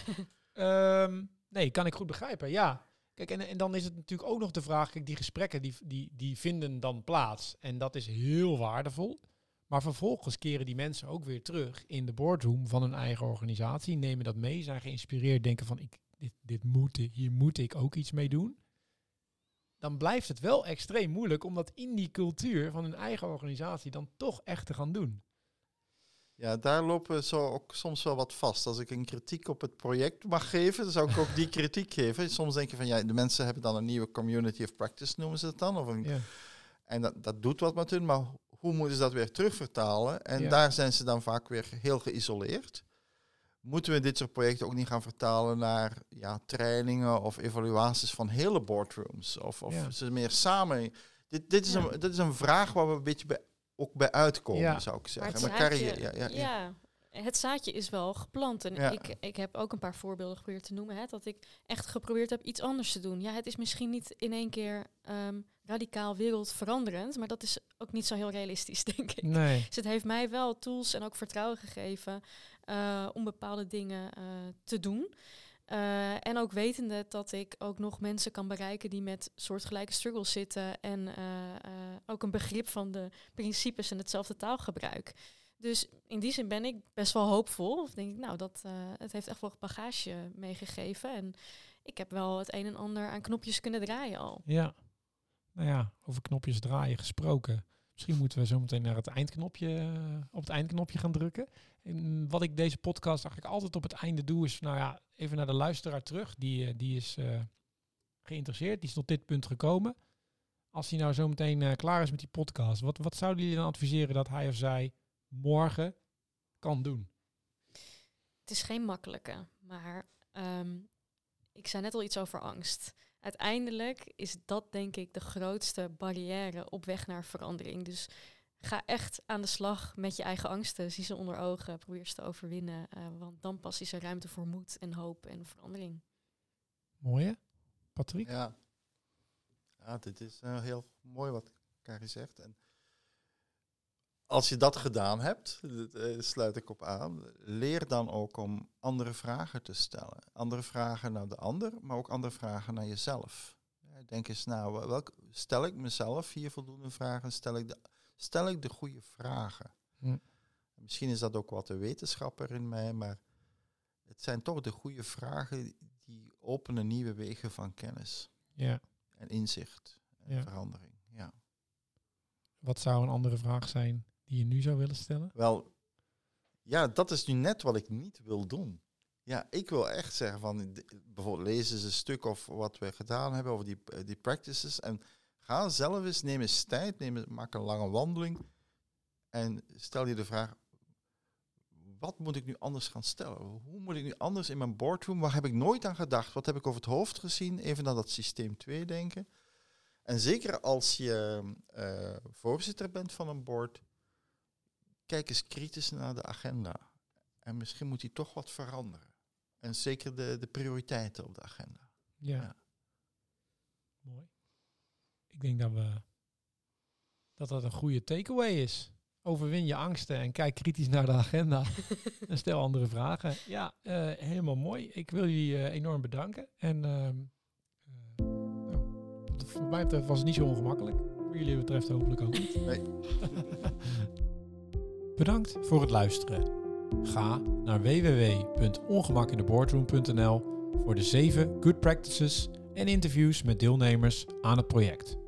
um, nee, kan ik goed begrijpen, ja. Kijk, en, en dan is het natuurlijk ook nog de vraag, kijk, die gesprekken die, die, die vinden dan plaats. En dat is heel waardevol. Maar vervolgens keren die mensen ook weer terug in de boardroom van hun eigen organisatie, nemen dat mee, zijn geïnspireerd, denken van, ik, dit, dit moet, hier moet ik ook iets mee doen. Dan blijft het wel extreem moeilijk om dat in die cultuur van hun eigen organisatie dan toch echt te gaan doen. Ja, daar lopen we zo ook soms wel wat vast. Als ik een kritiek op het project mag geven, dan zou ik ook die kritiek geven. Soms denk je van, ja, de mensen hebben dan een nieuwe community of practice, noemen ze het dan. Of een, ja. En dat, dat doet wat met hun, maar hoe moeten ze dat weer terugvertalen? En ja. daar zijn ze dan vaak weer heel geïsoleerd. Moeten we dit soort projecten ook niet gaan vertalen naar ja, trainingen of evaluaties van hele boardrooms? Of, of ja. ze meer samen... Dit, dit, is ja. een, dit is een vraag waar we een beetje bij, ook bij uitkomen, ja. zou ik zeggen. Maar het zaadje, ja, ja, ja. ja, het zaadje is wel geplant. En ja. ik, ik heb ook een paar voorbeelden geprobeerd te noemen. Hè, dat ik echt geprobeerd heb iets anders te doen. Ja, het is misschien niet in één keer um, radicaal wereldveranderend, maar dat is ook niet zo heel realistisch, denk ik. Nee. Dus het heeft mij wel tools en ook vertrouwen gegeven uh, om bepaalde dingen uh, te doen. Uh, en ook wetende dat ik ook nog mensen kan bereiken die met soortgelijke struggles zitten en uh, uh, ook een begrip van de principes en hetzelfde taalgebruik. Dus in die zin ben ik best wel hoopvol. Of denk ik, nou, dat, uh, het heeft echt wel bagage meegegeven. En ik heb wel het een en ander aan knopjes kunnen draaien al. Ja, nou ja, over knopjes draaien gesproken. Misschien moeten we zo meteen naar het eindknopje, uh, op het eindknopje gaan drukken. En wat ik deze podcast eigenlijk altijd op het einde doe, is nou ja, even naar de luisteraar terug. Die, uh, die is uh, geïnteresseerd, die is tot dit punt gekomen. Als hij nou zo meteen uh, klaar is met die podcast, wat, wat zouden jullie dan adviseren dat hij of zij morgen kan doen? Het is geen makkelijke, maar um, ik zei net al iets over angst. Uiteindelijk is dat denk ik de grootste barrière op weg naar verandering. Dus ga echt aan de slag met je eigen angsten. Zie ze onder ogen, probeer ze te overwinnen. Uh, want dan pas is er ruimte voor moed en hoop en verandering. Mooi hè? Patrick? Ja, ja dit is uh, heel mooi wat Kari zegt. En als je dat gedaan hebt, dat, uh, sluit ik op aan, leer dan ook om andere vragen te stellen. Andere vragen naar de ander, maar ook andere vragen naar jezelf. Denk eens, nou, welk, stel ik mezelf hier voldoende vragen? Stel ik de, stel ik de goede vragen? Hm. Misschien is dat ook wat de wetenschapper in mij, maar het zijn toch de goede vragen die openen nieuwe wegen van kennis. Ja. En inzicht en ja. verandering. Ja. Wat zou een andere vraag zijn die je nu zou willen stellen? Wel, ja, dat is nu net wat ik niet wil doen. Ja, ik wil echt zeggen van, bijvoorbeeld lezen ze een stuk of wat we gedaan hebben over die, die practices en ga zelf eens, neem eens tijd, neem eens, maak een lange wandeling en stel je de vraag, wat moet ik nu anders gaan stellen? Hoe moet ik nu anders in mijn boardroom, waar heb ik nooit aan gedacht? Wat heb ik over het hoofd gezien? Even naar dat systeem twee denken. En zeker als je uh, voorzitter bent van een board, kijk eens kritisch naar de agenda. En misschien moet die toch wat veranderen. En zeker de, de prioriteiten op de agenda. Ja. ja. Mooi. Ik denk dat we dat dat een goede takeaway is. Overwin je angsten en kijk kritisch naar de agenda. En stel andere vragen. Ja, uh, helemaal mooi. Ik wil jullie uh, enorm bedanken. En uh, uh, nou, voor mij betreft was het niet zo ongemakkelijk. Voor jullie betreft hopelijk ook niet. Nee. Bedankt voor het luisteren. Ga naar w w w punt ongemakintheboardroom punt n l voor de zeven good practices en interviews met deelnemers aan het project.